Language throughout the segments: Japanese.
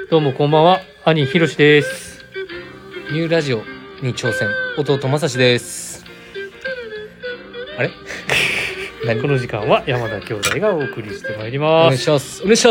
どうもこんばんは、兄ひろしです。 ニューラジオに挑戦、弟まさしです。あれこの時間は山田兄弟がお送りしてまいりおます。 願いします。お願いします。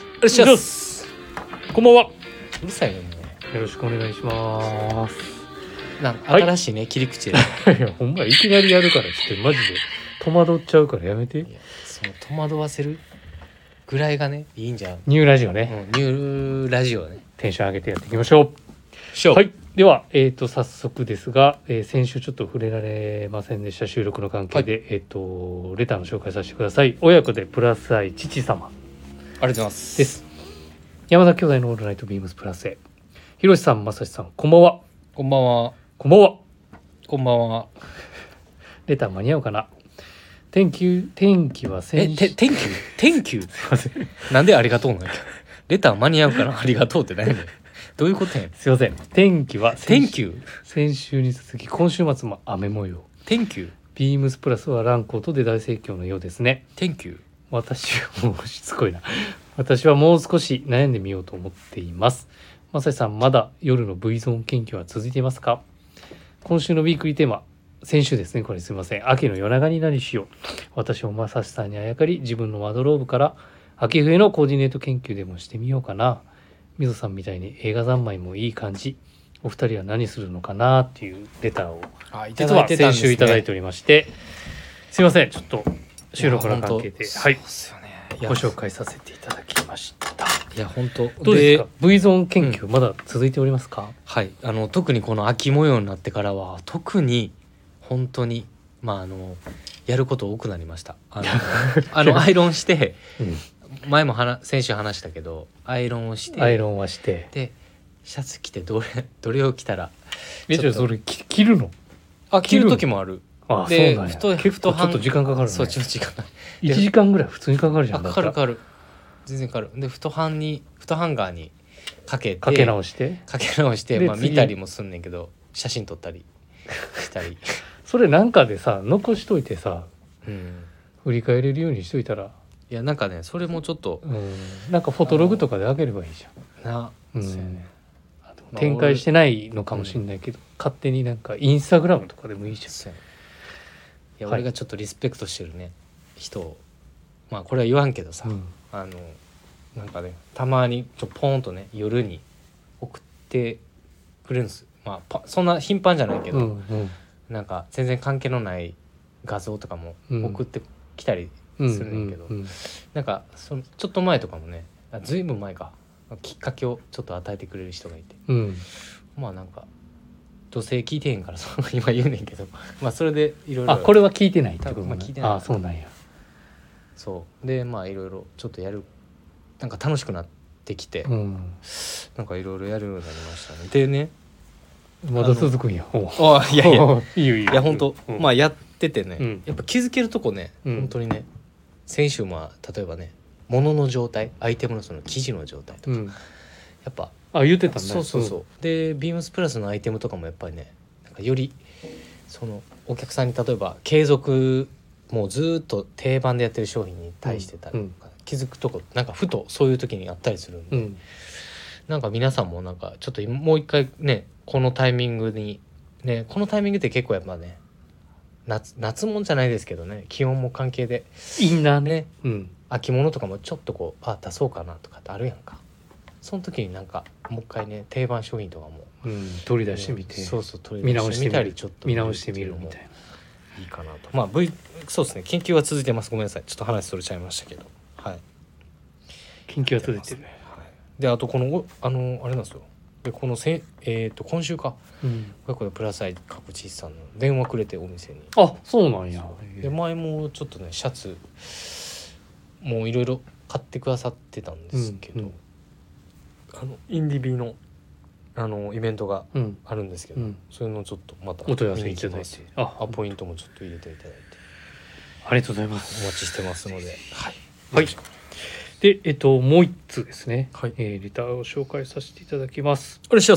お願いします。 こんばんは。 うるさいよね。 よろしくお願いします。 なんか新しいね、切り口で。 いやほんまいきなりやるからちょっとマジで戸惑っちゃうからやめて。 いやその戸惑わせるぐらいがね、いいんじゃん。 ニューラジオね、 ニューラジオね。 テンション上げてやっていきましょう。はい。では早速ですが、先週ちょっと触れられませんでした収録の関係で、レターの紹介させてください。親子でプラス愛父様ありがとうございますです。山田兄弟のオールナイトビームスプラスへ。ひろしさん、まさしさん、こんばんは。 こんばんは。 こんばんは。 こんばんは。 レター間に合うかな。天気は天気すいません。 なんでありがとうなんだっけ。レター間に合うからありがとうって何やねん。どういうことやねん。 すいません。天気は天気先週に続き今週末も雨模様。 天気ビームスプラスはランコートで大盛況のようですね。 天気私はもうしつこいな。私はもう少し悩んでみようと思っています。まさしさん、まだ夜の V ゾーン研究は続いていますか？今週のウィークリーテーマ、先週ですね、これすいません。秋の夜長に何しよう。私もまさしさんにあやかり、自分のワードローブから秋冬のコーディネート研究でもしてみようかな。みぞさんみたいに映画三昧もいい感じ。お二人は何するのかなっていうレターを実は先週いただいておりまして、すいません、ちょっと収録の関係で、はい、ご紹介させていただきました。 いや本当どうですか？ V ゾーン研究まだ続いておりますか？ はい、特にこの秋模様になってからは特に本当にやること多くなりました。アイロンして、前も先週話したけどアイロンはしてでシャツ着てどれを着たらそれ着るの？ 着る時もある。 あ、 でそうなんや。結構ちょっと時間かかるね。 そう、ちょっと時間 1時間ぐらい普通にかかるじゃん。 かかる全然かかる。でフットハンガーにかけ直して見たりもすんねんけど、写真撮ったりしたりそれなんかでさ残しといてさ、振り返れるようにしといたら、 いやなんかねそれもちょっと、 なんかフォトログとかであげればいいじゃんそうやね。展開してないのかもしれないけど、勝手になんかインスタグラムとかでもいいじゃん。 いや、俺がちょっとリスペクトしてるね人を、まあこれは言わんけどさ、なんかねたまにポンとね夜に送ってくれるんです。まあそんな頻繁じゃないけど、なんか全然関係のない画像とかも送ってきたりするねんけど、なんかちょっと前とかもね、ずいぶん前か、きっかけをちょっと与えてくれる人がいて、まあなんか女性聞いてへんから今言うねんけどまあそれでいろいろ、 これは聞いてないってことね。 聞いてない。 そうなんや。 そうでまあいろいろちょっとなんか楽しくなってきて、なんかいろいろやるようになりましたね。でね、 まだ続くんや。 いやいいや本当、まあやっててね、やっぱ気づけるとこね、本当にね、先週例えばね、物の状態、アイテムのその生地の状態とか、やっぱ言ってたんだ。 そうでビームスプラスのアイテムとかもやっぱりね、なんかよりそのお客さんに例えば継続もうずっと定番でやってる商品に対して気づくとこなんかふとそういう時にあったりするんで、なんか皆さんもなんかちょっともう一回ね、このタイミングって結構やっぱね、夏もんじゃないですけどね、気温も関係でインナーね、 秋物とかもちょっとこう出そうかなとかってあるやんか。その時になんかもう一回ね、定番商品とかも、 取り出してみて、 取り出してみたりちょっと見直してみるみたいないいかなと。まあそうですね、研究は続いてます。ごめんなさい、ちょっと話それちゃいましたけど、はい、 研究は続いてるね。 であとこのあれなんですよ。でこの今週か、これプラスアイ各地さんの電話くれて、お店に。 あ、そうなんや。 で前もちょっとねシャツもういろいろ買ってくださってたんですけど、インディビのイベントがあるんですけど、それのちょっとまたお問い合わせいただいて、 ポイントもちょっと入れていただいて、 ありがとうございます。 お待ちしてますので、 はい。でもう一通ですね、 はいレターを紹介させていただきます。 お願いします。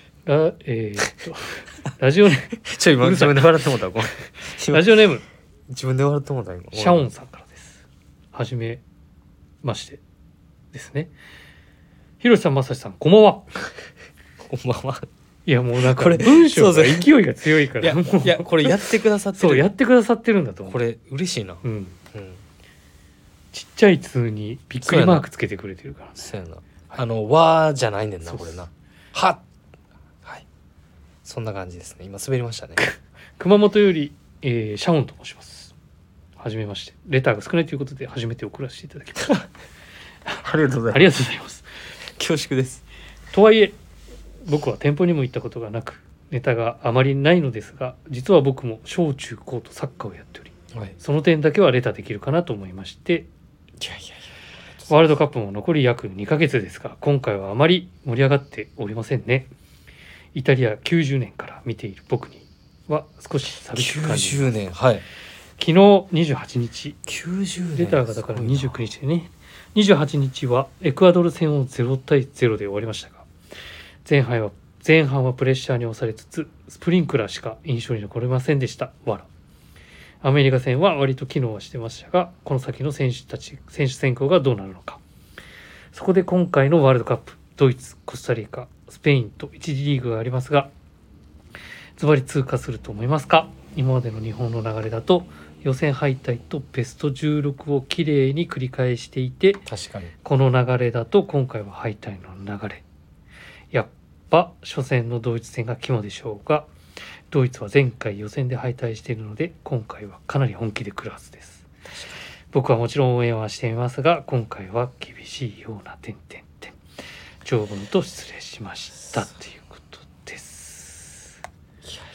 ラジオネーム自分で笑ってもらった。 ラジオネーム自分で笑ってもらった。 シャオンさんからです。はじめましてですね。 ひろしさん、まさしさん、こんばんは。 こんばんは。 いやもうなんかこれ文章がそうそう勢いが強いかいやら、もういやこれやってくださってる。 そうやってくださってるんだと思う。 これ嬉しいな。 うん、 うん。 ちっちゃい通にびっくりマークつけてくれてるからね。 そうやな。わーじゃないねんなそうこれな。は。はい。そんな感じですね。今滑りましたね。 熊本より、シャオンと申します。はじめまして。レターが少ないということで初めて送らせていただきました。 ありがとうごありがとうございます。 恐縮です。 とはいえ僕は店舗にも行ったことがなくネタがあまりないのですが、実は僕も小中高とサッカーをやっており、 はい。いその点だけはレターできるかなと思いまして、 やいやいや。 ワールドカップも残り約2ヶ月ですが、今回はあまり盛り上がっておりませんね。イタリア90年から見ている僕には少し寂しく感じます。 90年はい。 昨日28日 90年。 レターがだから29日でね、28日はエクアドル戦を0対0で終わりましたが、前半はプレッシャーに押されつつスプリンクラーしか印象に残りませんでした。わら。アメリカ戦は割と機能はしてましたが、この先の選手選考がどうなるのか。そこで今回のワールドカップ、ドイツ、コスタリカ、スペインと1次リーグがありますが、ズバリ通過すると思いますか？今までの日本の流れだと予選敗退とベスト16をきれいに繰り返していて、 確かに。 この流れだと今回は敗退の流れ。やっぱ初戦のドイツ戦が肝でしょうが、ドイツは前回予選で敗退しているので今回はかなり本気で来るはずです。僕はもちろん応援はしていますが、今回は厳しいような長文と失礼しましたということです。 いやいやい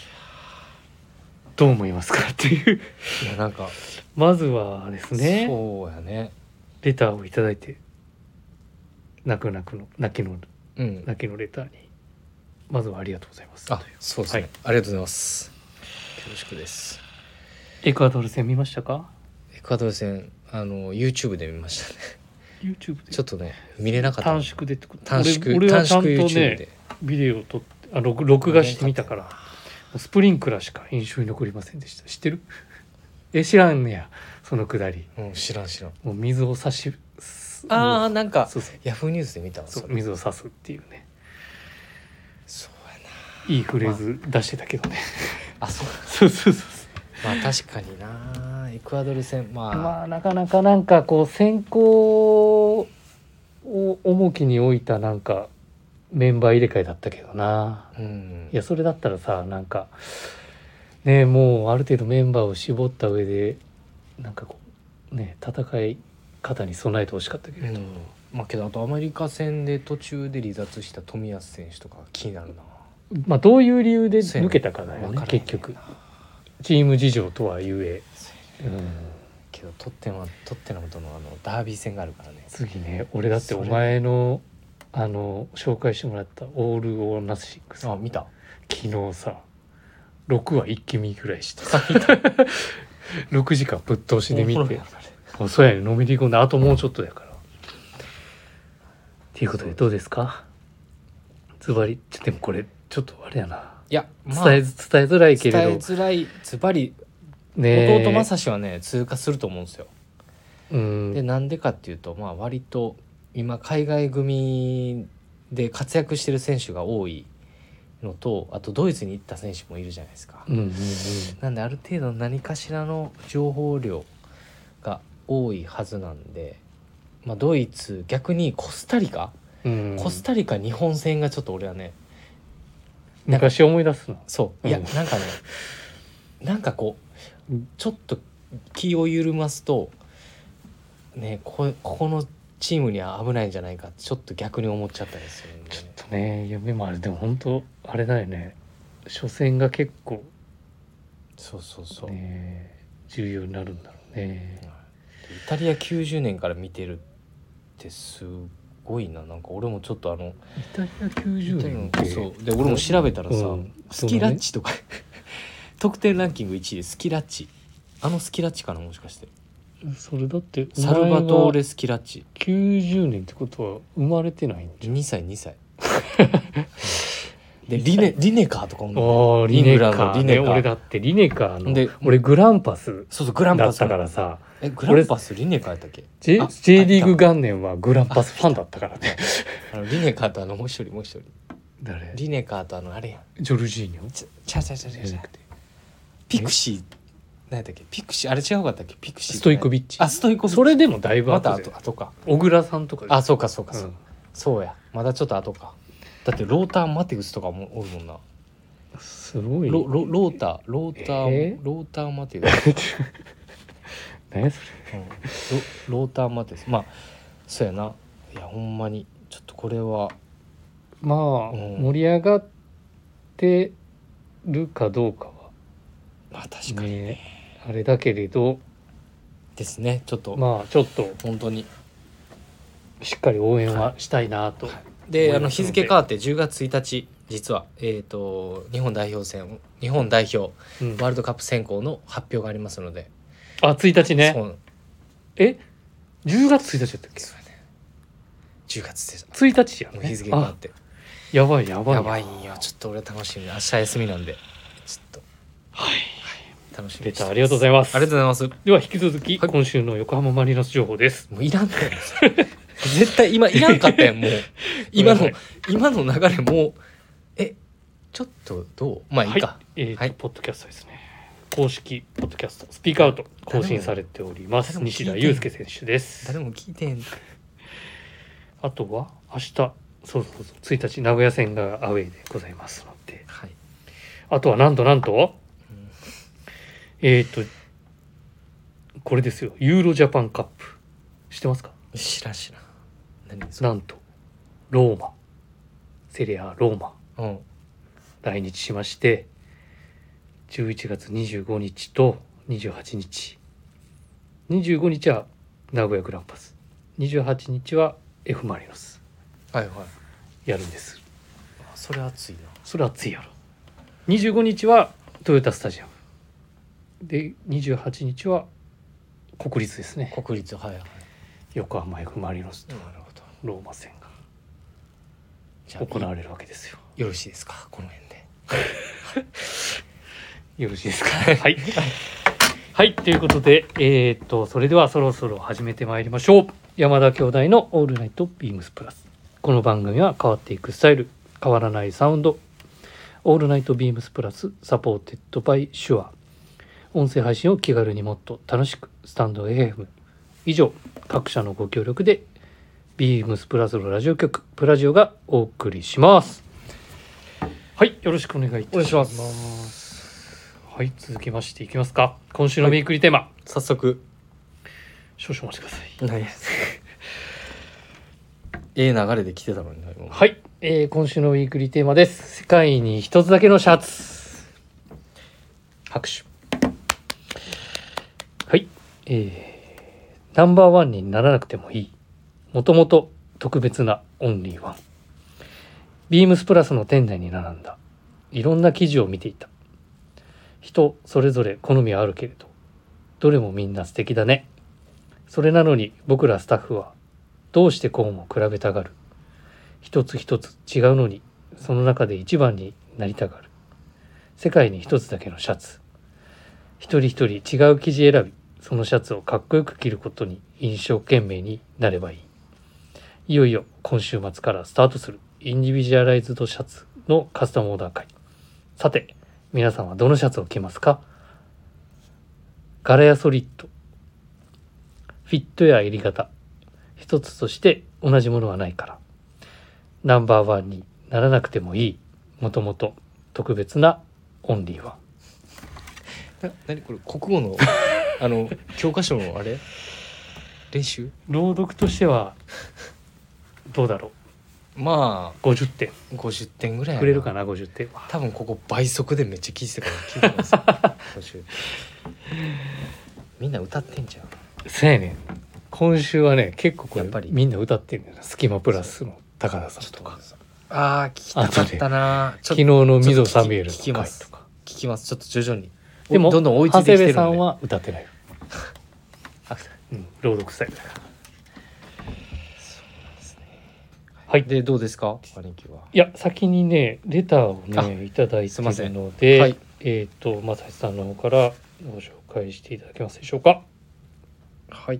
どう思いますかっていうや。いやなんかまずはですね、 そうやね。 レターをいただいて、泣きのうん。 レターにまずはありがとうございますあという。 そうですね、 はいありがとうございます。恐縮です。 エクアドル戦見ましたか？ エクアドル戦YouTube で見ましたね。 YouTube でちょっとね見れなかった。 短縮でってこと？ 短縮俺はちゃんと YouTube ねでビデオを撮って録画してみたから、スプリンクラーしか印象に残りませんでした。知ってる？知らんねや、そのくだり。 うん知らん。 もう水を差しああなんかそうそうヤフーニュースで見たわそうそれ。 水を差すっていうね、 そうやいいフレーズ出してたけどね。 な。あそう。 そうまあ確かにな。エクアドル戦まあなかなかなんかこう選考を重きに置いたなんかメンバー入れ替えだったけどな。 うんいやそれだったらさ、なんかね、もうある程度メンバーを絞った上でなんかこうね戦い方に備えてほしかったけれど、 まあけどあとアメリカ戦で途中で離脱した冨安選手とか気になるな。 まあどういう理由で抜けたかだよね、 分からへんねんな結局チーム事情とはゆえ、 けどトッテナムとのダービー戦があるからね。 次ね、俺だってお前の紹介してもらったオール・オー・ナッシングさ、 あ見た。 昨日さ6話一気見ぐらいしてさ6時間ぶっ通しで見て、そうやね、のめり込んであともうちょっとやからっていうことでどうですか？ズバリでもこれちょっとあれやな、 いや、まあ、 伝えづらいけれど伝えづらい。ズバリね、 弟正志はね通過すると思うんですよ。 うんでなんでかっていうとまあ割と今海外組で活躍してる選手が多いのと、あとドイツに行った選手もいるじゃないですか。 うんうんうんなんである程度何かしらの情報量が多いはずなんで、まあ、ドイツ逆にコスタリカ、 うんコスタリカ日本戦がちょっと俺はね昔思い出すの。 そういや、 うんなんかねなんかこうちょっと気を緩ますとねここのチームには危ないんじゃないかってちょっと逆に思っちゃったりするんで、 ちょっとね夢もある。でも本当あれだよね、初戦が結構そうそうそう、 ね重要になるんだろうね。 イタリア90年から見てるってすごいな。なんか俺もちょっとイタリア90年ってそうで俺も調べたらさ、 うんスキラッチとか得点ランキング1位でスキラッチ、スキラッチかなもしかして。 それだってサルバトーレ・レスキラッチ 90年ってことは生まれてないんじゃん。 2歳でリネカーとかもああリネカーイングランドリネカー俺だってリネカーので俺グランパスそうグランだったパスからさ、 グランパスリネカやったっけ？ J リーグ元年はグランパスファンだったからね。 リネカーともう一人誰？ リネカーとあれやん、 ジョルジーニョちゃピクシー、何やったっけ？ピクシーあれ違うかったっけ？ピクシーストイコビッチ。 ストイコビッチ、 それでもだいぶまた後で後か。 小倉さんとか。 そうか、 うんそうや、まだちょっと後か。だってローターマテウスとかもおるもんな。 すごい。 ローターマテウス、 何やそローターマテウス、まあそうやな。いやほんまにちょっとこれはれ。まあ、盛り上がってるかどうかは確かにね、あれだけれどですね。ちょっとまあちょっと本当にしっかり応援はしたいなと、 で日付変わって10月1日実は日本代表ワールドカップ選考の発表がありますので、 1日ね。 そう 10月1日やったっけ？ そうやね、10月です。 1日やね。 日付変わってやばいやばいよ。ちょっと俺楽しみ、明日休みなんでちょっと楽しみにしてます。 レターありがとうございます。 ありがとうございます。 では引き続き、今週の横浜マリノス情報です。 もういらんねん絶対今いらんかったやん。もう今の流れもうちょっとどう、まあいいか。 ポッドキャストですね。公式ポッドキャストスピークアウト更新されております。西田祐介選手です。 誰も聞いてん。 あとは明日そう1日名古屋戦がアウェーでございますので、あとはなんと、これですよ、ユーロジャパンカップ知ってますか？ 知らん何それ。 なんとローマ、セリアローマうん来日しまして、11月25日と28日25日は名古屋グランパス、28日は F マリノスやるんです。 それ熱いな。 それ熱いやろ。25日はトヨタスタジアムで、28日は国立ですね。 国立、 横浜 F マリノスとなるほど。 ローマ戦じゃが行われるわけですよ。 よろしいですか、この辺で。 よろしいですか？はいはいということで、それではそろそろ始めてまいりましょう。山田兄弟のオールナイトビームスプラス。この番組は変わっていくスタイル、変わらないサウンド、オールナイトビームスプラスサポーテッドバイシュア。音声配信を気軽にもっと楽しく、スタンド FM。以上各社のご協力でビームスプラスのラジオ局プラジオがお送りします。はい、よろしくお願いいたします。はい、続きましていきますか。今週のウィークリーテーマ、 早速少々お待ちください。 何や流れで来てたのにな。 はい、今週のウィークリーテーマです。世界に一つだけのシャツ。拍手。はい、ナンバーワンにならなくてもいい、もともと特別なオンリーワン。ビームスプラスの店内に並んだいろんな記事を見ていた。人それぞれ好みはあるけれど、どれもみんな素敵だね。それなのに僕らスタッフはどうしてこうも比べたがる。一つ一つ違うのに、その中で一番になりたがる。世界に一つだけのシャツ。一人一人違う生地選び、そのシャツをかっこよく着ることに一生懸命になればいい。いよいよ今週末からスタートするインディビジュアライズドシャツのカスタムオーダー会。さて皆さんはどのシャツを着ますか？柄やソリッド、フィットや襟型、一つとして同じものはないから。ナンバーワンにならなくてもいい、もともと特別なオンリーワン。 何これ、国語の教科書のあれ練習？ 朗読としてはどうだろう。 まあ 50点 50点ぐらいくれるかな。50点は多分ここ倍速でめっちゃ聞いてたから聞いてます50みんな歌ってんじゃん。 そうやねん。今週はね結構これやっぱりみんな歌ってるんだよな。スキマプラスの高田さんとか、 聞きたかったな。 昨日の溝サミュエルの回とか聞きます。ちょっと徐々にでもどんどん追いついてきてるんで。 長谷部さんは歌ってないよ朗読スタイルだから。はいでどうですか兄貴は。 いや先にねレターをねいただいているので、 はい、 正志さんの方からご紹介していただけますでしょうか。 はい。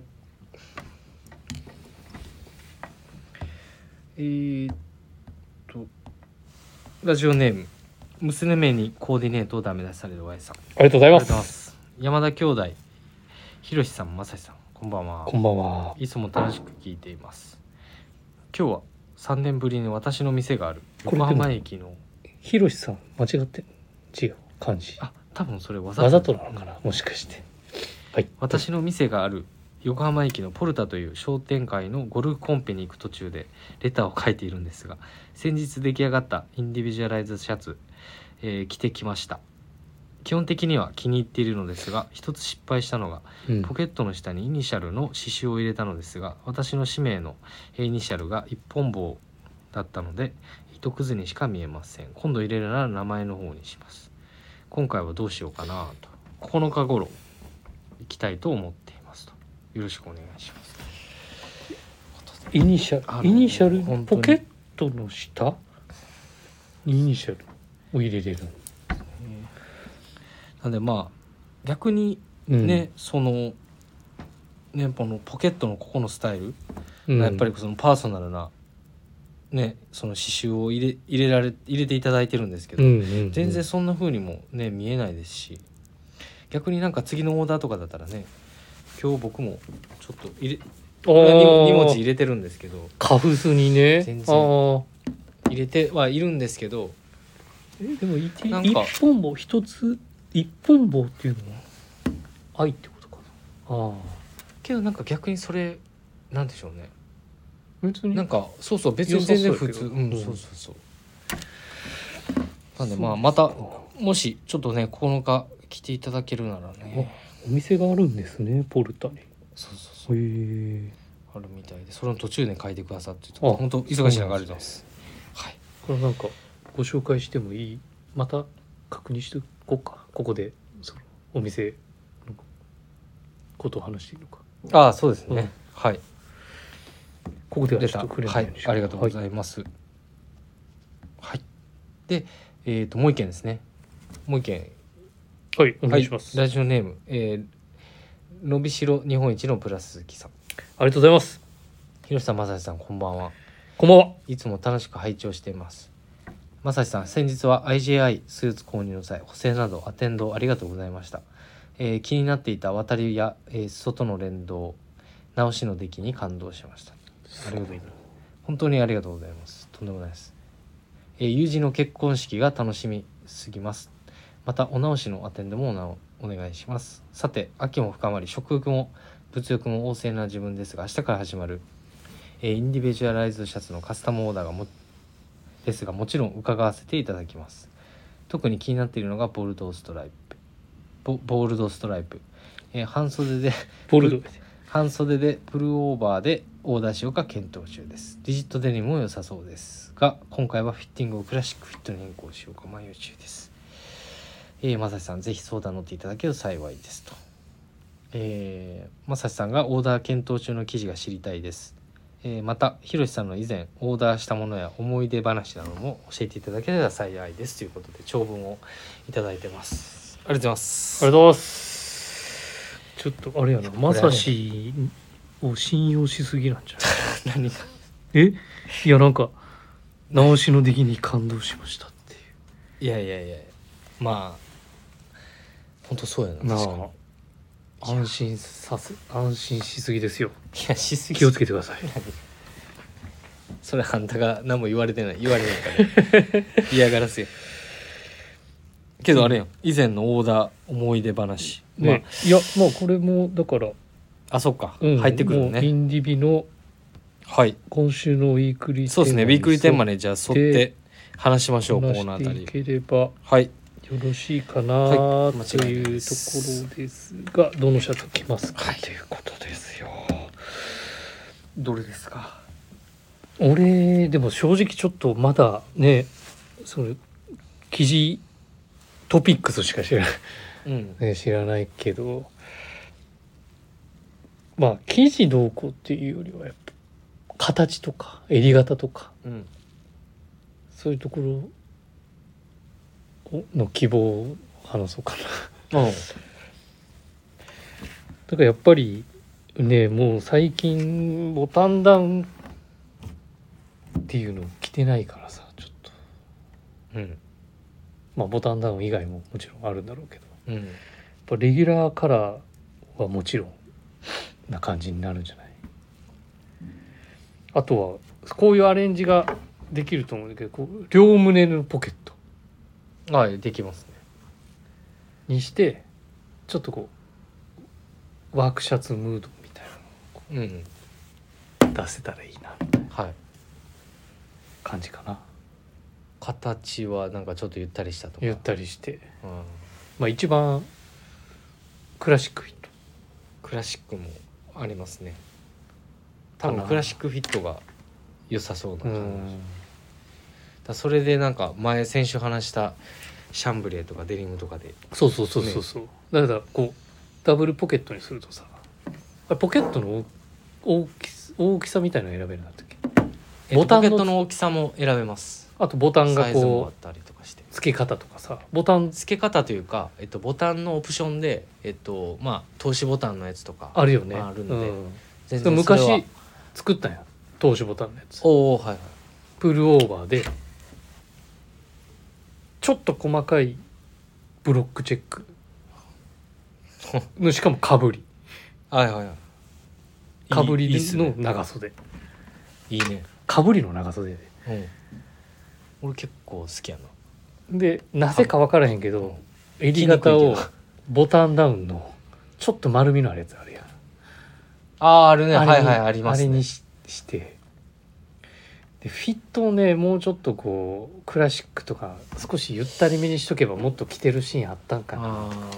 ラジオネーム娘名にコーディネートをダメ出しされる Y さん、 ありがとうございまありがとうございます。山田兄弟、ひろしさん、まさしさん、こんばんは。 こんばんは。 いつも楽しく聞いています。今日は3年ぶりに私の店があるこれ横浜駅の、 ひろしさん間違って違う漢字。 多分それわわざとなのかな、もしかして。はい。 私の店がある横浜駅のポルタという商店街のゴルフコンペに行く途中でレターを書いているんですが、先日出来上がったインディビジュアライズシャツ、着てきました。基本的には気に入っているのですが、一つ失敗したのが、ポケットの下にイニシャルの刺繍を入れたのですが、私の氏名のイニシャルが一本棒だったので糸くずにしか見えません。今度入れるなら名前の方にします。今回はどうしようかなと、9日頃行きたいと思っていますと、よろしくお願いします。 イニシャルポケットの下にイニシャルを入れれる。 なんでまあ逆にね、そのね、このポケットのここのスタイル、やっぱりそのパーソナルなね、その刺繍を入れていただいてるんですけど、全然そんな風にもね見えないですし、逆になんか次のオーダーとかだったらね、今日僕もちょっと2文字入れてるんですけど、 カフスにね全然入れてはいるんですけど、 でも一本棒一つ、一本棒っていうのは愛ってことかな。 けどなんか逆にそれなんでしょうね、 別になんかそう別に全然普通、そうなんでまあまたもしちょっとね9日来ていただけるならね、 お店があるんですね、ポルタに。 そうへえ。 あるみたいで、それの途中で書いてくださって本当忙しい中ありがとうございます。はい、 これなんかご紹介してもいい？また確認しておこうか。ここでそのお店のことを話していいのか。 そうですね、はい、 ここではちょっと触れないようにします。 ありがとうございます。はい、でもう一件ですね。もう一件、 はいお願いします。 ラジオネーム、伸びしろ日本一のプラス鈴木さん、 ありがとうございます。 ひろしさん、まさしさん、こんばんは。 こんばんは。 いつも楽しく拝聴しています。まさしさん、先日は IJI スーツ購入の際、補正などアテンドありがとうございました。気になっていた渡りや、裾との連動、直しの出来に感動しました。ありがとう。本当にありがとうございます。とんでもないです。友人の結婚式が楽しみすぎます。またお直しのアテンドもお願いします。さて、秋も深まり、食欲も物欲も旺盛な自分ですが、明日から始まる、インディビジュアライズシャツのカスタムオーダーですが、もちろん伺わせていただきます。特に気になっているのがボールドストライプ、半袖でプルオーバーでオーダーしようか検討中です。リジットデニムも良さそうですが、今回はフィッティングをクラシックフィットに変更しようか迷い中です。まさしさん、ぜひ相談乗っていただけると幸いですと。まさしさんがオーダー検討中の記事が知りたいです。またひろしさんの以前オーダーしたものや思い出話なども教えていただければ幸いですということで長文をいただいてます。ありがとうございます。 ありがとうございます。ちょっとあれやな、まさしを信用しすぎなんじゃない？ 何かいやなんか直しの出来に感動しましたっていう。 いやまあ本当そうやな。確かに安心しすぎですよ。 いやしすぎ、 気をつけてください。 それあんたが何も言われないから嫌がらせやけどあれやん、以前のオーダー思い出話ね、いやまあこれもだからそっか、入ってくるね。 インディビの今週のウィークリーテーマに沿って、 そうですね、ウィークリーテーマにじゃあ沿って話しましょう。コーナーあたり話していければよろしいかなというところですが、どのシャツ着ますかということですよ。 どれですか？ 俺でも正直ちょっとまだね、その記事トピックスしか知らない、知らないけど、まあ生地どうこうっていうよりはやっぱ形とか襟型とか、そういうところの希望を話そうかな。だからやっぱりねもう最近ボタンダウンっていうの着てないからさ、ちょっとうんまあボタンダウン以外ももちろんあるんだろうけど、やっうんぱレギュラーカラーはもちろんな感じになるんじゃない？あとはこういうアレンジができると思うんだけど、こう両胸のポケットはいできますね。 にしてちょっとこうワークシャツムードみたいうんなの出せたらいいなみたいなはい。 感じかな。 形はなんかちょっとゆったりしたとか。 ゆったりしてうん、 まあ一番クラシックフィットクラシックもありますね。多かな分クラシックフィットが良さそうな感じ。 うんだそれでなんか先週話したシャンブレーとかデニムとかでそうそうそうそうそう、だからこうダブルポケットにするとさ、あれポケットの大きさみたいなの選べるんだったっけ？ボタンのポケットの大きさも選べます。 あとボタンがサイズもあこうったりとかして。 付け方とかさ、ボタン付け方というか、ボタンのオプションで、まあ通しボタンのやつとかあるよね。 あるんで、 うん全然それは昔作ったんや、通しボタンのやつ。 おおはいはい。 プルオーバーでちょっと細かいブロックチェックのしかもかぶりはいはいはい。 かぶりのいいっすね長袖、 いいね。 かぶりの長袖でうん。俺結構好きやな。 でなぜか分からへんけど襟型をボタンダウンのちょっと丸みのあるやつあるやん。 ああるね。 あれにはいはいありますねあれに。してでフィットをねもうちょっとこうクラシックとか少しゆったりめにしとけばもっと着てるシーンあったんかな。 ああ確かに。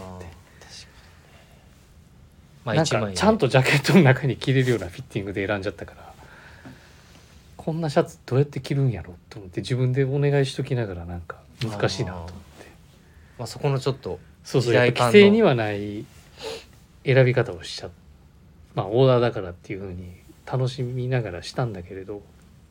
まあなん一枚ねかちゃんとジャケットの中に着れるようなフィッティングで選んじゃったから、こんなシャツどうやって着るんやろうと思って自分でお願いしときながらなんか難しいなと思って、 まあそこのちょっとそうそうやっぱ時代感の規制にはない選び方をしちゃまあオーダーだからっていう風に楽しみながらしたんだけれど、 うん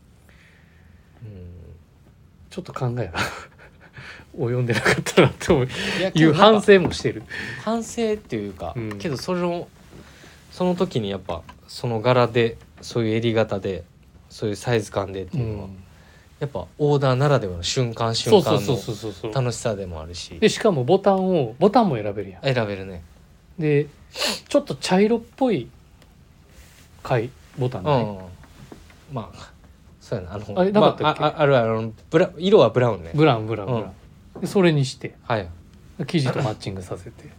ちょっと考えが及んでなかったなというけどなんか反省もしてる。 反省っていうか、 うんけどその時にやっぱその柄でそういう襟型でそういうサイズ感でっていうのは、やっぱオーダーならではの瞬間瞬間そうそうそうのそうそう楽しさでもあるし、 でしかもボタンも選べるやん。 選べるね。 でちょっと茶色っぽいボタンね、 うんまあそうやなあれなかったっけまあ、あるある色はブラウンね。 ブラウンでそれにしてはい。 生地とマッチングさせて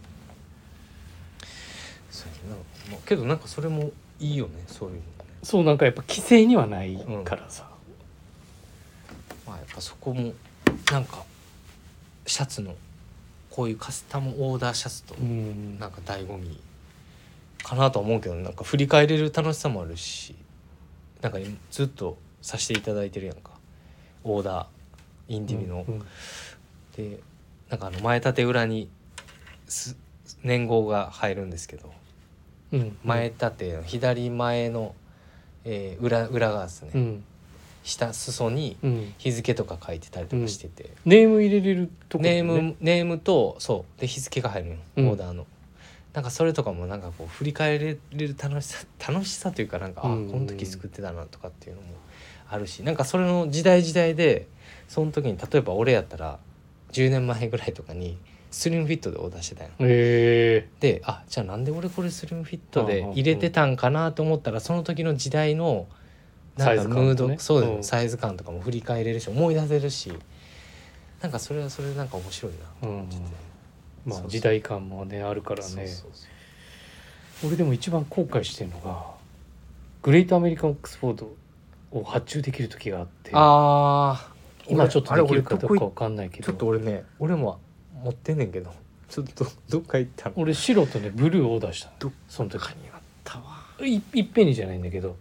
そうやなもうけどなんかそれもいいよねそういうのね。 そうなんかやっぱ規制にはないからさ、 まあやっぱそこもなんかシャツのこういうカスタムオーダーシャツとうんなんか醍醐味かなとは思うけど、なんか振り返れる楽しさもあるし、なんかずっとさせていただいてるやんかオーダーインディビの、 うんでなんか前立て裏に年号が入るんですけど、 うん前立ての左前の、裏側ですね、 うん下裾にうん日付とか書いてたりとかしてて、 ネーム入れれるとこだネよねームとそうで日付が入るのよ、 うんオーダーの。なんかそれとかもなんかこう振り返れる楽しさというかなんか、 うんこの時作ってたなとかっていうのもあるし、なんかそれの時代でその時に例えば俺やったら10年前ぐらいとかにスリムフィットでオーダーしてたよ。でじゃあなんで俺これスリムフィットで入れてたんかなと思ったら、その時の時代のなんかムード、そうだよ、サイズ感とかも振り返れるし思い出せるし、なんかそれはそれでなんか面白いなと思ってて、 まあ時代感もねあるからね。 そうそうそう俺でも一番後悔してるのがグレートアメリカンオックスフォードを発注できる時があって、 あ今ちょっとできるかどうか俺わかんないけど、 ちょっと俺ね俺も持ってんねんけどちょっとどっか行ったの。 俺白とねブルーオーダーしたどっその時かにあったわ。 いっぺんにじゃないんだけど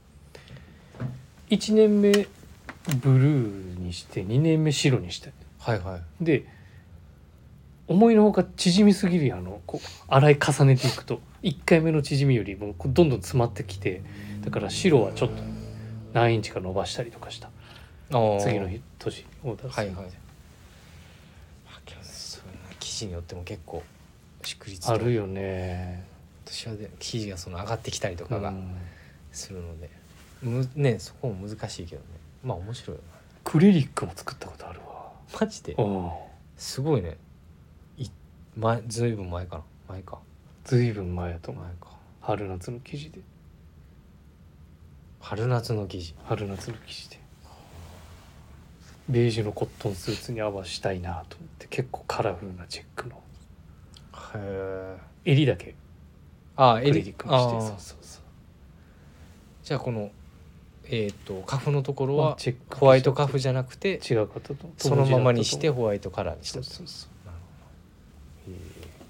1年目ブルーにして2年目白にしたはいはいで思いのほか縮みすぎるやんこう洗い重ねていくと1回目の縮みよりもこうどんどん詰まってきて、だから白はちょっと何インチか伸ばしたりとかした次の年オーダーするはいはい。そういう生地によっても結構しくりつきあるよね。 私はで生地がその上がってきたりとかがうんするので、ねそこも難しいけどね、まあ面白いよクリリックも作ったことあるわ。 なマジでうんすごいね。ずいぶん前かな、前かずいぶん前やと思う。 前か。 春夏の生地で春夏の生地、 春夏の生地でベージュのコットンスーツに合わしたいなと思って、結構カラフルなチェックのへえ。 襟だけあ、 クリリックにして、 あーそうそうそう、 じゃあこのカフのところまあはチェックホワイトカフじゃなくて違うかったとそのままにして友ホワイトカラーにしたと。 達だったとそうそうそう。 なるほど。へ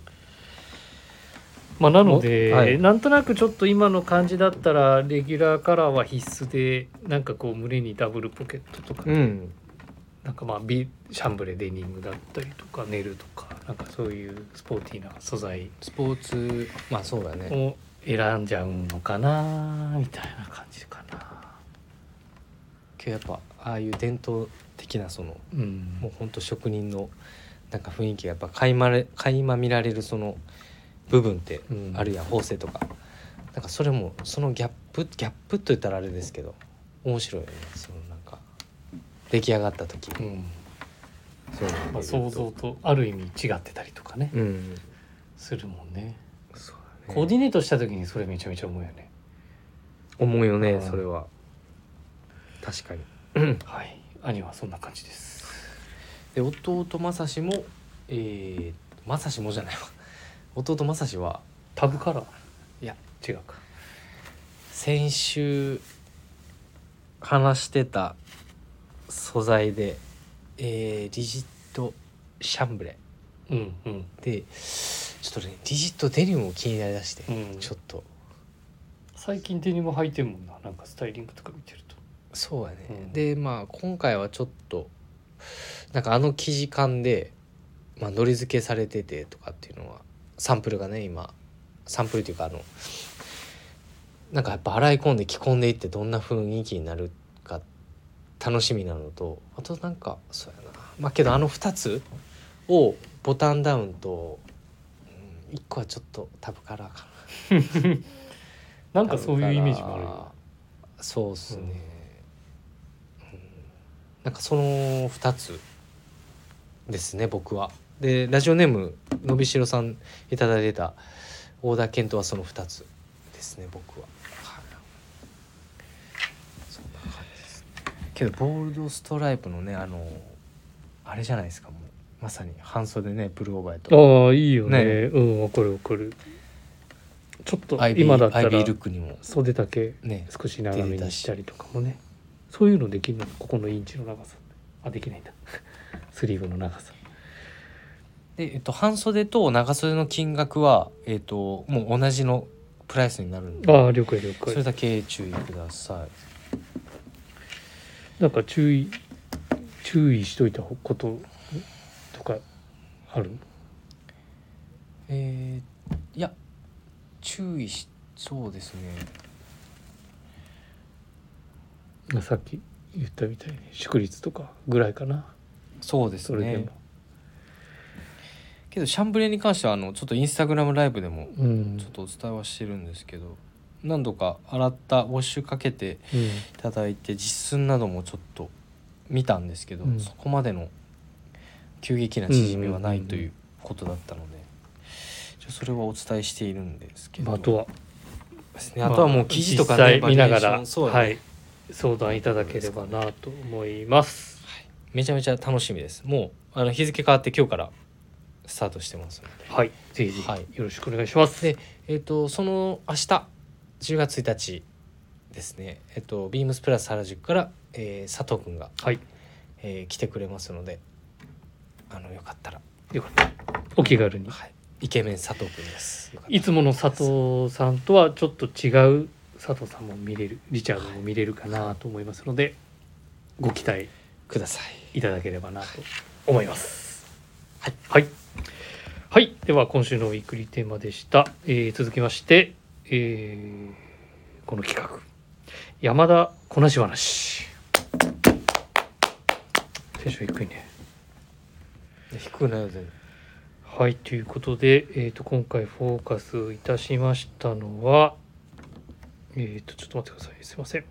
まあなので、 はいなんとなくちょっと今の感じだったらレギュラーカラーは必須で、なんかこう胸にダブルポケットとか、 え。うんなんかまあシャンブレデニムだったりとかネルとか、なんかそういうスポーティーな素材スポーツ、まあそうだね。 を選んじゃうのかなみたいな感じかな。 今日やっぱああいう伝統的なそのうんもうほんと職人のなんか雰囲気がやっぱ垣間見られるその部分ってあるやん、縫製とか。なんかそれもそのギャップと言ったらあれですけど面白いよね。そのなんか出来上がった時、 うんそういうのを見るとまあ、想像とある意味違ってたりとかね、 うんするもんね。 そうだねコーディネートした時にそれめちゃめちゃ思うよね。 思うよね、 うんそれは確かに。 はい兄はそんな感じです。 で弟正志も正志もじゃないわ弟正志はタブカラーいや違うか。 先週話してた素材で、リジットシャンブレうんうんでちょっとねリジットデニムも気になりだして、 うんちょっと最近デニム履いてんもんな、なんかスタイリングとか見てると。 そうやね、 うんでまあ今回はちょっとなんか生地感で、まあ、のり付けされててとかっていうのはサンプルがね今サンプルというかなんかやっぱ洗い込んで着込んでいってどんな雰囲気になるか楽しみなのと、あとなんかそうやな、まあけど2つをボタンダウンと、1個はちょっとタブカラーかな。 なんかそういうイメージもあるよ。 タブカラーそうっすね、なんかその2つですね僕は。でラジオネームのびしろさんいただいてたオーダー検討はその2つですね僕は。はい、そんな感じですね。けどボールドストライプのねあれじゃないですか、もうまさに半袖ねブルーオーバーやとああいいよね。 ねうんわかるわかる。ちょっとアイビ今だったらールックにも袖だけね少し長めにしたりとかもね、そういうのできるの。ここのインチの長さあできないんだスリーブの長さ。 で、半袖と長袖の金額はもう同じのプライスになるんで、 ああ了解了解。 それだけ注意ください。 なんか注意しといたこととかある？ いやそうですね。 さっき言ったみたいに祝日とかぐらいかな。 そうですねそれでも。 けどシャンブレーに関してはちょっとインスタグラムライブでもうんちょっとお伝えはしてるんですけど、何度か洗ったウォッシュかけてうんいただいて実寸などもちょっと見たんですけど、 うんそこまでの急激な縮みはないということだったので、それはお伝えしているんですけど、 あとはですね、あとはもう生地とか実ね際見ながら、 バリエーションそうだねはい、相談いただければなと思います。 めちゃめちゃ楽しみです。もう日付変わって今日からスタートしてますので、 はい、ぜひぜはいひよろしくお願いします。 でその明日10月1日ですね、ビームスプラス原宿から、佐藤くんが、 はい、 来てくれますので、よかったら、 よかった。お気軽に。 はい、イケメン佐藤くんです。よかったらいつもの佐藤さんとはちょっと違う佐藤さんも見れる、リチャードも見れるかなと思いますので、ご期待ください。 いただければなと思います。はい、はい、はい、では今週のウィークリーテーマでした。続きまして、この企画山田こなし話。テンション低いね。 低くないよ全然。 はい、ということで、今回フォーカスいたしましたのは、ちょっと待ってください。すいません。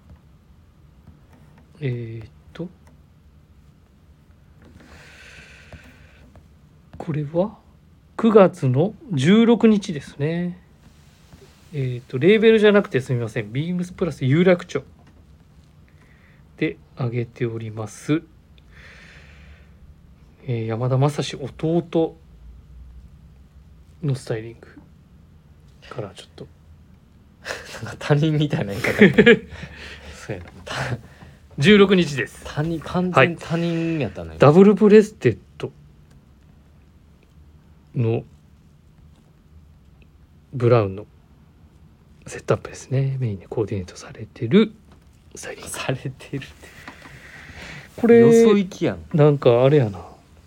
これは9月の16日ですね。レーベルじゃなくてすみません。ビームスプラス有楽町で上げております。山田正史弟のスタイリングからちょっとなんか他人みたいな言い方そうやな16日です。 完全他人やったのよ、 ダブルブレステッドのブラウンのセットアップですね。メインでコーディネートされてるスタイリングされてるってこれよそ行きやん。 なんかあれやな、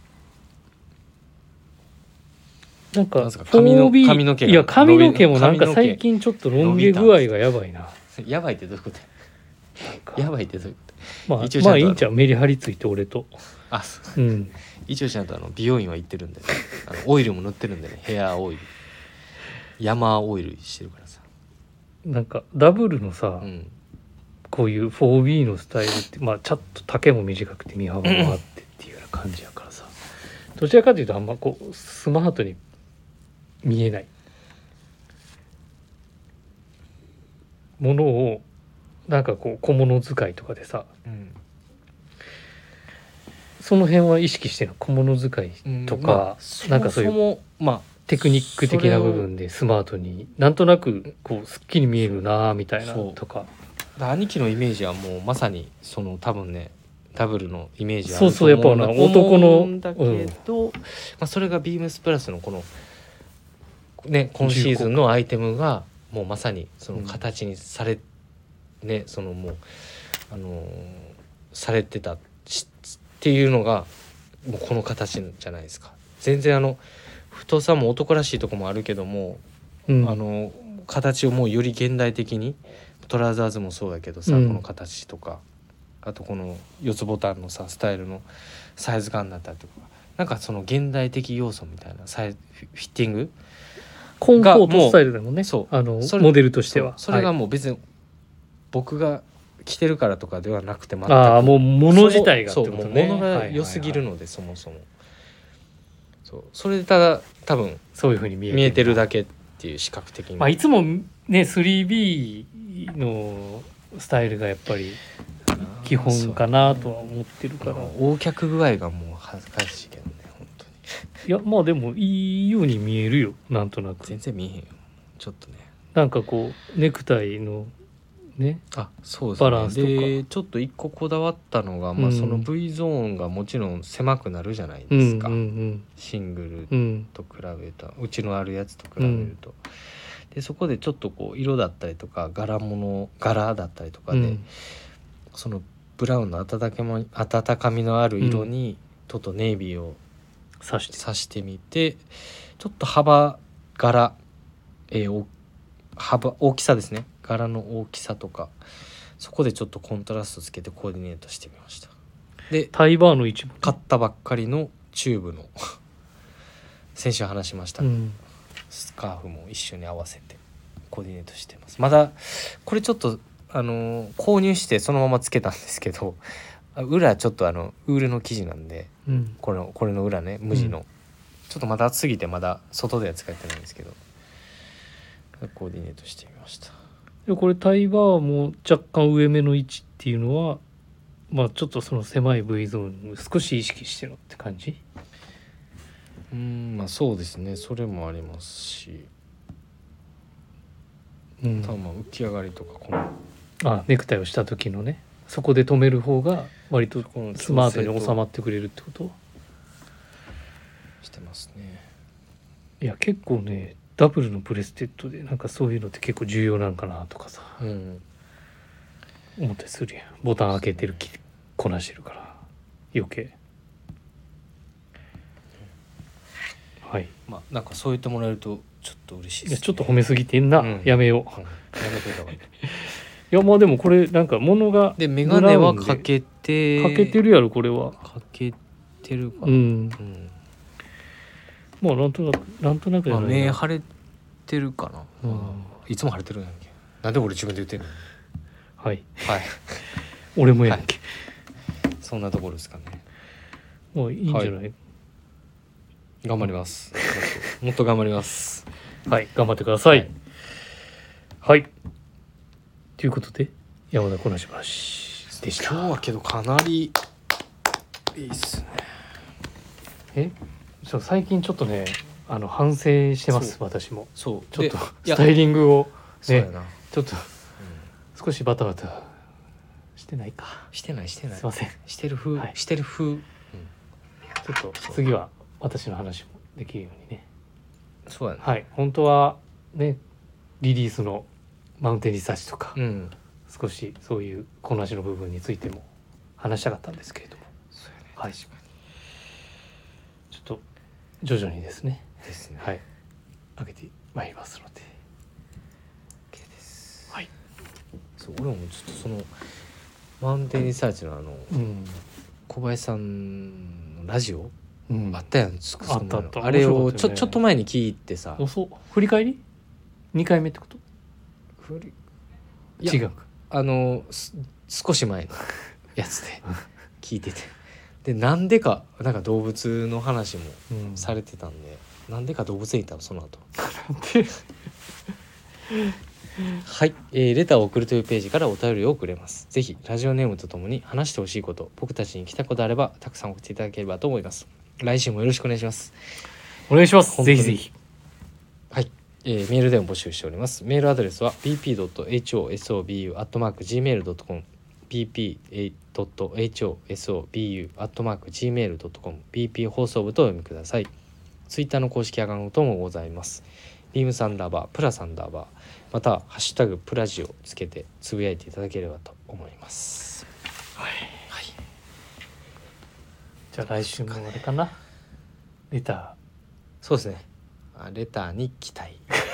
なんかなんすか髪の 4B 髪の毛がいや髪の毛もなんか髪の毛最近ちょっとロン毛具合がやばいな。 やばいってどういうことなんかやばいってどういうこまあ一応ちゃんとまあいいんちゃう、メリハリついて俺と。 とあそううん一応ちゃんと美容院は行ってるんで、ね、オイルも塗ってるんでね、ヘアオイル山オイルしてるからさ、 なんかダブルのさ、 うんこういう 4B のスタイルってまあちょっと丈も短くて身幅もあってっていうような感じやからさ、どちらかというとあんまこうスマートに見えないものをなんかこう小物使いとかでさ、 うんその辺は意識してるの、小物使いとか、なんかそういうもまあテクニック的な部分でスマートになんとなくこうすっきり見えるなみたいなそうとか。 兄貴のイメージはもうまさにその多分ねダブルのイメージはあそうそう、やっぱな男の思うんだけど、まあ、それがビームスプラスのこのね今シーズンのアイテムがもうまさにその形にされ、ねそのもうされてたっていうのがもうこの形じゃないですか。全然太さも男らしいとこもあるけども、 うん形をもうより現代的にトラウザーズもそうだけどさ、 うんこの形とかあとこの四つボタンのさスタイルのサイズ感だったりとか、なんかその現代的要素みたいなフィッティングコンフォートスタイルでもね、 そうそれモデルとしてはそれがはい、 もう別に僕が着てるからとかではなくて全くああもう物自体がってそうことね。 もう物が良すぎるので、そもそもそうそれでただ多分そういうふうに見見えてるだけ。 けっていう視覚的に、 まあいつもね 3B のスタイルがやっぱり基本かなとは思ってるから。 横脚具合がもう恥ずかしいけどね本当にいやまあでもいいように見えるよ、なんとなく。 全然見えへんよちょっとね。 なんかこうネクタイのねあそうですね。 バランスとかでちょっと一個こだわったのが、まあ、 うんその V ゾーンがもちろん狭くなるじゃないうんですか、 うんシングルうんうんと比べたうちのあるやつと比べると、でそこでちょっとこう色だったりとか柄だったりとかで、 うんそのブラウンの温かみのある色にちょっとネイビーを刺して刺してみて、ちょっと幅柄、大きさですね、柄の大きさとかそこでちょっとコントラストつけてコーディネートしてみました。でタイバーの一部買ったばっかりのチューブの先週話しました、 うんスカーフも一緒に合わせてコーディネートしてます。まだこれちょっと購入してそのままつけたんですけど、裏ちょっとウールの生地なんでうんこれの裏ね無地の、 うんちょっとまだ暑すぎてまだ外では使えてないんですけどコーディネートしてみました。 でこれタイバーも若干上目の位置っていうのはまあちょっとその狭い V ゾーンを少し意識してるって感じ。 まあそうですね、それもありますし、 うん多分まあ浮き上がりとかこのあネクタイをした時のね、そこで止める方が割とこのスマートに収まってくれるってこと。 してますね。 いや結構ねダブルのブレステッドでなんかそういうのって結構重要なんかなとかさうん思ったりするやん。ボタン開けてるこなしてるから余計。はいまあなんかそう言ってもらえるとちょっと嬉しいいです、ね、 やちょっと褒めすぎてんな、 うんやめよう。 やめといた方がいい。 いやまあでもこれなんか物がでメガネはかけてかけてるやろこれは。 かけてるかな、 うんまあなんとなくじまあ、 ゃないな。 目腫れてるかな、 うんいつも腫れてるんやんけ。なんで俺自分で言ってんの。 はい。 はい俺もやんけ。 そんなところですかね。 もういいんじゃない？ 頑張りますもっと頑張ります。 はい、頑張ってください。はい。ということで山田こなし話でした。 今日はけどかなりいいっすね。 最近ちょっとね反省してますそ私も。 そうちょっといやスタイリングをねそうやな、 ちょっと少しバタバタしてないか。 してないしてないすいません。 してる風、 はいしてる風、 ちょっと次は私の話もできるようにね。 そうやな、 はい、本当はねリリースのマウンテンリサーチとか、 うん少しそういうこなしの部分についても話したかったんですけれども、 そうやね、 はい、 確かちょっと徐々にですね、 にですね、 はい上げてまいりますので、 OK です。 はい、 そう俺もちょっとそのマウンテンリサーチのうん小林さんのラジオ、 うん、 あったやん、そあったあったあれを面白かったよねちょっと前に聞いてさ、 遅振り返り2回目ってこと？ いや違うか。 少し前のやつで聞いてて、でなんでかなんか動物の話もうんされてたんで、なんでか動物園行ったのその後。 ではい、レターを送るというページからお便りを送れます。ぜひラジオネームとともに話してほしいこと、僕たちに来たことあればたくさん送っていただければと思います。来週もよろしくお願いします。 お願いします。 本当にぜひぜひ。 はい、メールでも募集しております。メールアドレスは bp.hosobu@gmail.com bp.hosobu@gmail.com bp 放送部とお読みください。ツイッターの公式アカウントもございます。ビームサンダーバープラサンダーバーまたはハッシュタグプラジをつけてつぶやいていただければと思います。 はい、じゃあ来週もあれかな、レタそうですね、レターに期待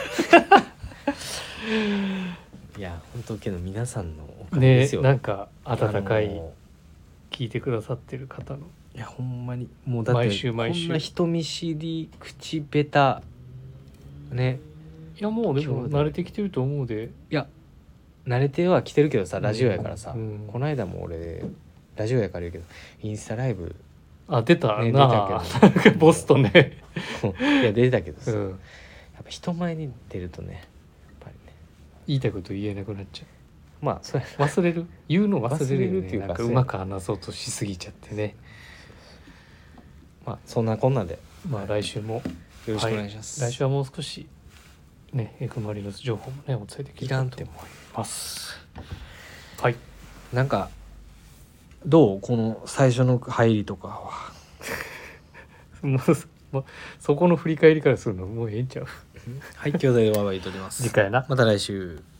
いや本当けど皆さんのおかーねげですよ、 なんか温かいあの聞いてくださってる方のいやほんまにもうだって毎週毎週こんな人見知り口下手ね、 いやもうでも慣れてきてると思うで。 いや慣れては来てるけどさ、ラジオやからさ、 うんこの間も俺ラジオやから言うけどインスタライブあ出たな、 ね出たなんかボスとね、 いや出てたけどさ、 うん、 やっぱ人前に出るとねやっぱりね、 言いたいこと言えなくなっちゃまあそれう。忘れる言うの忘れるよね。 忘れるっていうかなんかうまく話そうとしすぎちゃってね。 まあそんなこんなでまあ来週もよろしくお願いします。 来週はもう少しねFマリノス情報もねお伝えできいるかと思いらんってもます。はい。 なんかどうこの最初の入りとかはもうそこの振り返りからするのもうええんちゃう。 はい兄弟でワイワイとります。 次回な。 また来週。